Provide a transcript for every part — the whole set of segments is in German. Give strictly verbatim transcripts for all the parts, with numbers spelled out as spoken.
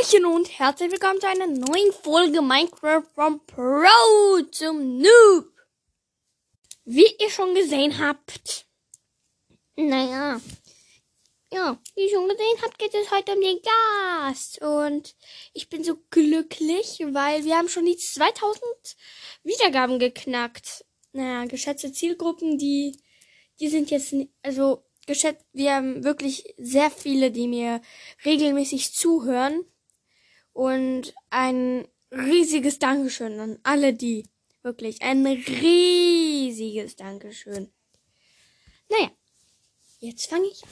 Hallöchen und herzlich willkommen zu einer neuen Folge Minecraft from Pro zum Noob. Wie ihr schon gesehen habt, naja, ja, wie ihr schon gesehen habt, geht es heute um den Gast. Und ich bin so glücklich, weil wir haben schon die zweitausend Wiedergaben geknackt. Naja, geschätzte Zielgruppen, die, die sind jetzt, also geschätzt, wir haben wirklich sehr viele, die mir regelmäßig zuhören. Und ein riesiges Dankeschön an alle die. Wirklich ein riesiges Dankeschön. Naja, jetzt fange ich an.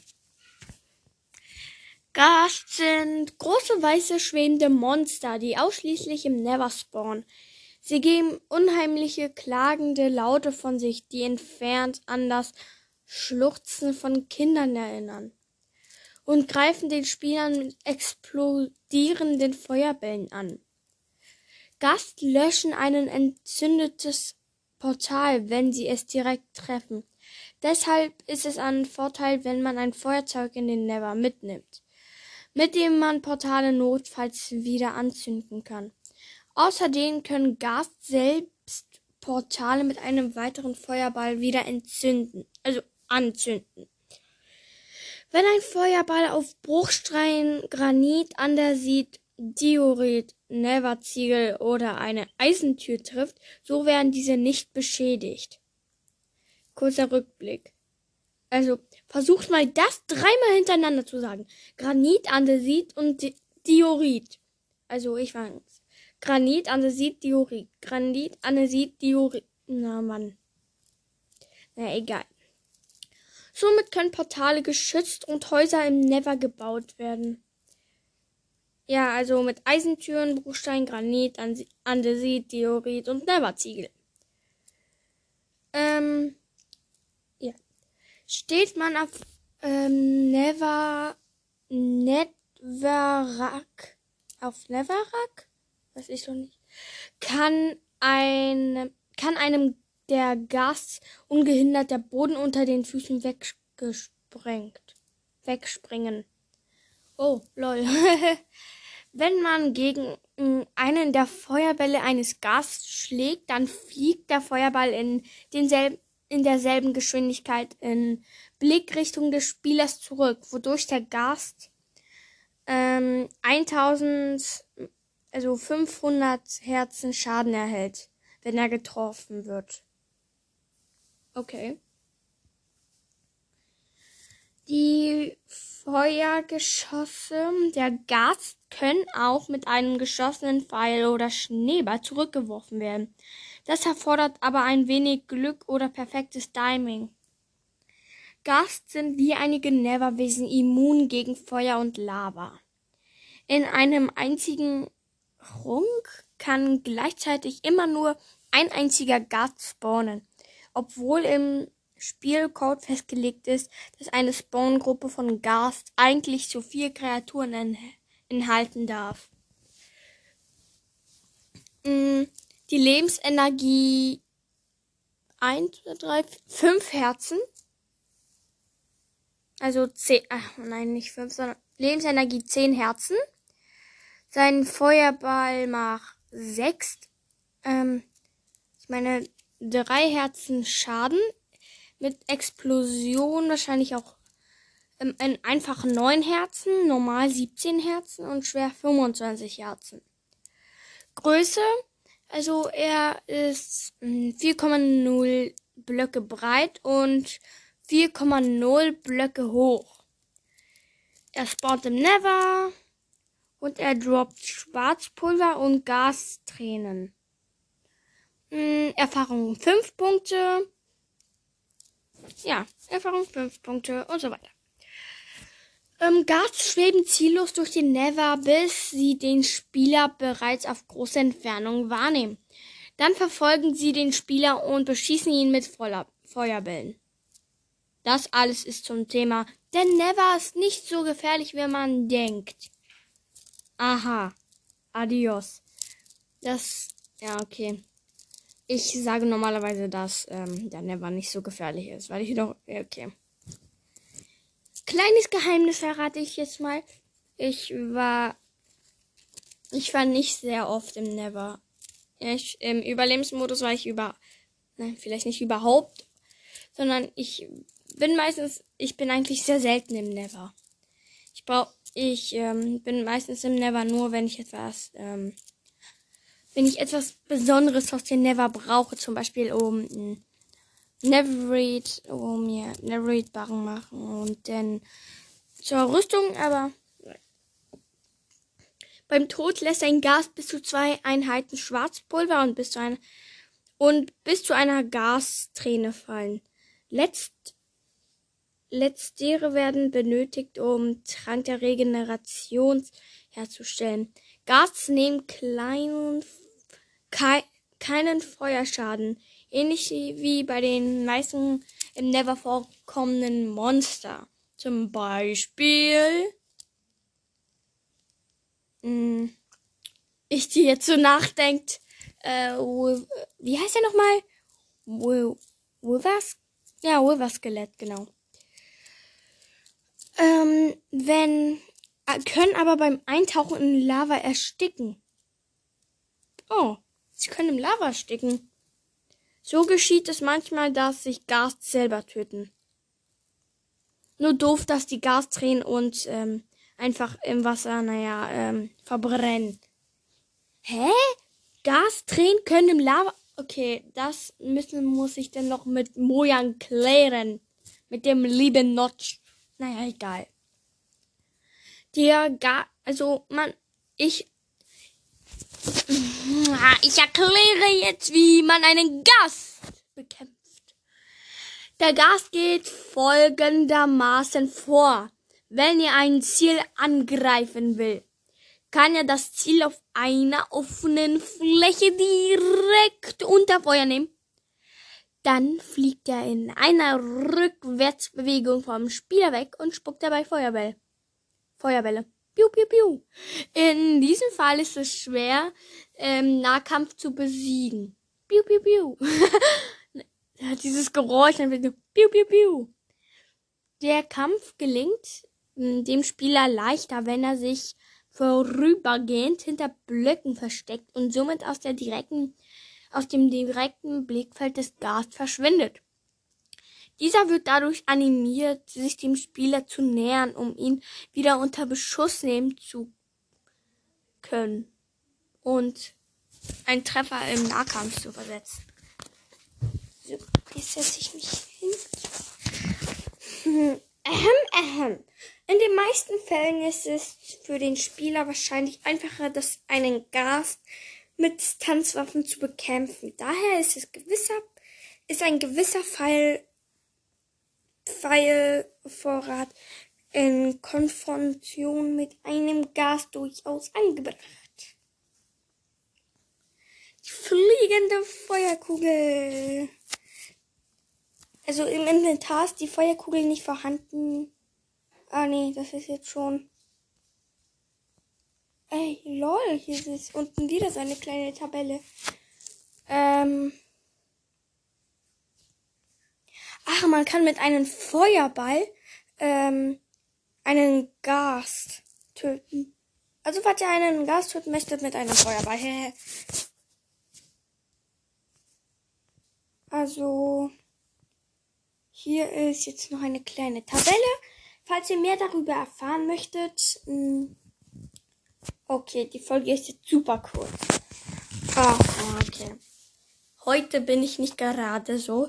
Gast sind große weiße schwebende Monster, die ausschließlich im Nether spawnen. Sie geben unheimliche klagende Laute von sich, die entfernt an das Schluchzen von Kindern erinnern. Und greifen den Spielern mit explodierenden Feuerbällen an. Gast löschen ein entzündetes Portal, wenn sie es direkt treffen. Deshalb ist es ein Vorteil, wenn man ein Feuerzeug in den Nether mitnimmt, mit dem man Portale notfalls wieder anzünden kann. Außerdem können Gast selbst Portale mit einem weiteren Feuerball wieder entzünden, also anzünden. Wenn ein Feuerball auf Bruchstein, Granit, Andesit, Diorit, Netherziegel oder eine Eisentür trifft, so werden diese nicht beschädigt. Kurzer Rückblick. Also versucht mal das dreimal hintereinander zu sagen. Granit, Andesit und Di- Diorit. Also ich fang's. Granit, Andesit, Diorit. Granit, Andesit, Diorit. Na Mann. Na egal. Somit können Portale geschützt und Häuser im Nether gebaut werden. Ja, also mit Eisentüren, Bruchstein, Granit, Andesit, Diorit und Netherziegel. Ähm, ja. Steht man auf ähm, Nether, Netherrack, auf Netherrack? Weiß ich doch nicht. Kann ein, kann einem der Gas ungehindert der Boden unter den Füßen weggesprengt. Wegspringen. Oh, lol. Wenn man gegen mh, einen der Feuerbälle eines Gasts schlägt, dann fliegt der Feuerball in, denselben, in derselben Geschwindigkeit in Blickrichtung des Spielers zurück, wodurch der Gast ähm, tausend, also fünfhundert Herzen Schaden erhält, wenn er getroffen wird. Okay. Die Feuergeschosse der Gast können auch mit einem geschossenen Pfeil oder Schneeball zurückgeworfen werden. Das erfordert aber ein wenig Glück oder perfektes Timing. Gast sind wie einige Netherwesen immun gegen Feuer und Lava. In einem einzigen Runk kann gleichzeitig immer nur ein einziger Gast spawnen, obwohl im Spielcode festgelegt ist, dass eine Spawn-Gruppe von Gast eigentlich so vier Kreaturen en- enthalten darf. Mm, Die Lebensenergie eins, zwei, drei, fünf Herzen. Also zehn, ach nein, nicht fünf, sondern Lebensenergie zehn Herzen. Sein Feuerball macht sechs, ähm, ich meine drei Herzen Schaden. Mit Explosion wahrscheinlich auch ähm, in einfach neun Herzen, normal siebzehn Herzen und schwer fünfundzwanzig Herzen. Größe, also er ist vier Komma null Blöcke breit und vier Komma null Blöcke hoch. Er spawnt im Nether und er droppt Schwarzpulver und Gastränen. Hm, Erfahrung fünf Punkte. Ja, Erfahrung fünf Punkte und so weiter. Ähm, Guards schweben ziellos durch den Nether, bis sie den Spieler bereits auf große Entfernung wahrnehmen. Dann verfolgen sie den Spieler und beschießen ihn mit Feuer- Feuerbällen. Das alles ist zum Thema, der Nether ist nicht so gefährlich, wie man denkt. Aha, adios. Das, ja, okay. Ich sage normalerweise, dass ähm, der Nether nicht so gefährlich ist, weil ich doch, okay. Kleines Geheimnis verrate ich jetzt mal. Ich war Ich war nicht sehr oft im Never. Ich, Im Überlebensmodus war ich über... Nein, vielleicht nicht überhaupt, sondern ich bin meistens... Ich bin eigentlich sehr selten im Never. Ich brauch, ich ähm, bin meistens im Never nur, wenn ich etwas... Ähm, wenn ich etwas Besonderes aus dem Never brauche, zum Beispiel um... ein Neverread, um mir Neverread-Barren machen und dann zur Rüstung, aber beim Tod lässt ein Gas bis zu zwei Einheiten Schwarzpulver und bis zu einer, und bis zu einer Gasträne fallen. Letzt, letztere werden benötigt, um Trank der Regeneration herzustellen. Gas nehmen kleinen, kei, keinen Feuerschaden. Ähnlich wie bei den meisten im Never vorkommenden Monster. Zum Beispiel... Mh, ich die jetzt so nachdenkt. Äh, wie heißt er nochmal? Wither? Ja, Wither-Skelett, genau. Ähm, wenn... Können aber beim Eintauchen in Lava ersticken. Oh, sie können im Lava ersticken. So geschieht es manchmal, dass sich Gas selber töten. Nur doof, dass die Gastränen und ähm, einfach im Wasser, naja, ähm, verbrennen. Hä? Gastränen können im Lava... Okay, das müssen muss ich dann noch mit Mojang klären. Mit dem lieben Notch. Naja, egal. Der Gas... Also, man... Ich... Ich erkläre jetzt, wie man einen Gast bekämpft. Der Gast geht folgendermaßen vor. Wenn ihr ein Ziel angreifen will, kann er das Ziel auf einer offenen Fläche direkt unter Feuer nehmen. Dann fliegt er in einer Rückwärtsbewegung vom Spieler weg und spuckt dabei Feuerbälle. Feuerbälle. Piu, piu, piu. In diesem Fall ist es schwer, ähm, Nahkampf zu besiegen. Piu, piu, piu. Dieses Geräusch, dann wird so piu, piu, piu. Der Kampf gelingt dem Spieler leichter, wenn er sich vorübergehend hinter Blöcken versteckt und somit aus, der direkten, aus dem direkten Blickfeld des Gasts verschwindet. Dieser wird dadurch animiert, sich dem Spieler zu nähern, um ihn wieder unter Beschuss nehmen zu können und einen Treffer im Nahkampf zu versetzen. So, jetzt setze ich mich hin. Hm. Ahem, ahem. In den meisten Fällen ist es für den Spieler wahrscheinlich einfacher, das einen Gast mit Distanzwaffen zu bekämpfen. Daher ist es gewisser, ist ein gewisser Pfeil, Pfeilvorrat in Konfrontation mit einem Gast durchaus angebracht. Die fliegende Feuerkugel. Also im Inventar ist die Feuerkugel nicht vorhanden. Ah nee, das ist jetzt schon... Ey, lol, hier ist unten wieder so eine kleine Tabelle. Ähm... Ach, man kann mit einem Feuerball ähm, einen Gast töten. Also falls ihr einen Gast töten möchtet mit einem Feuerball. Also... Hier ist jetzt noch eine kleine Tabelle. Falls ihr mehr darüber erfahren möchtet. Okay, die Folge ist jetzt super kurz. Ah, okay. Heute bin ich nicht gerade so.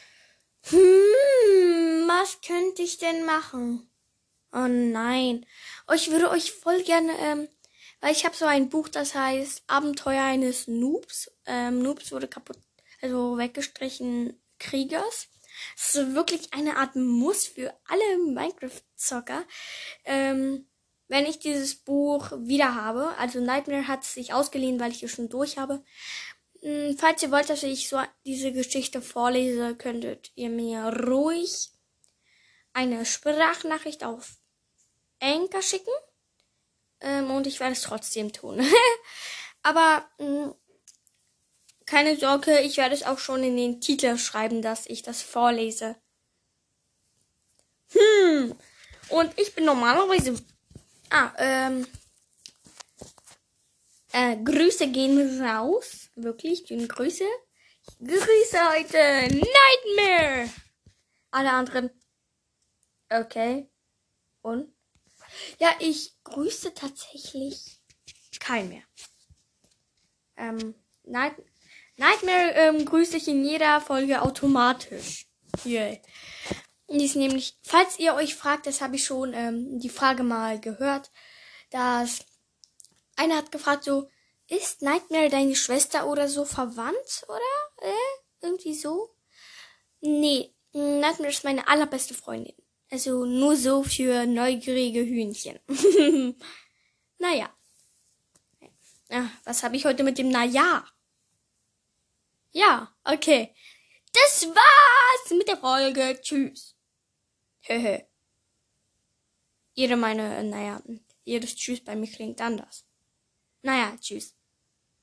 Hm, was könnte ich denn machen? Oh nein. Oh, ich würde euch voll gerne, ähm, weil ich habe so ein Buch, das heißt Abenteuer eines Noobs. Ähm, Noobs wurde kaputt, also weggestrichen Kriegers. Das ist wirklich eine Art Muss für alle Minecraft-Zocker. Ähm, wenn ich dieses Buch wieder habe, also Nightmare hat es sich ausgeliehen, weil ich es schon durch habe. Ähm, falls ihr wollt, dass ich so diese Geschichte vorlese, könntet ihr mir ruhig eine Sprachnachricht auf Anchor schicken. Ähm, und ich werde es trotzdem tun. Aber mh, keine Sorge, ich werde es auch schon in den Titel schreiben, dass ich das vorlese. Hm. Und ich bin normalerweise... Ah, ähm... Äh, Grüße gehen raus. Wirklich, schöne Grüße. Ich grüße heute Nightmare. Alle anderen. Okay. Und? Ja, ich grüße tatsächlich keinen mehr. Ähm, Night Nightmare ähm, grüße ich in jeder Folge automatisch. Yay. Die ist nämlich, falls ihr euch fragt, das habe ich schon ähm, die Frage mal gehört, dass einer hat gefragt so, ist Nightmare deine Schwester oder so verwandt, oder? Äh, irgendwie so? Nee, Nightmare ist meine allerbeste Freundin. Also nur so für neugierige Hühnchen. Naja. Ach, was habe ich heute mit dem Naja? Ja, okay. Das war's mit der Folge. Tschüss. Hehe. Jede meine, naja, jedes Tschüss bei mir klingt anders. Naja, tschüss.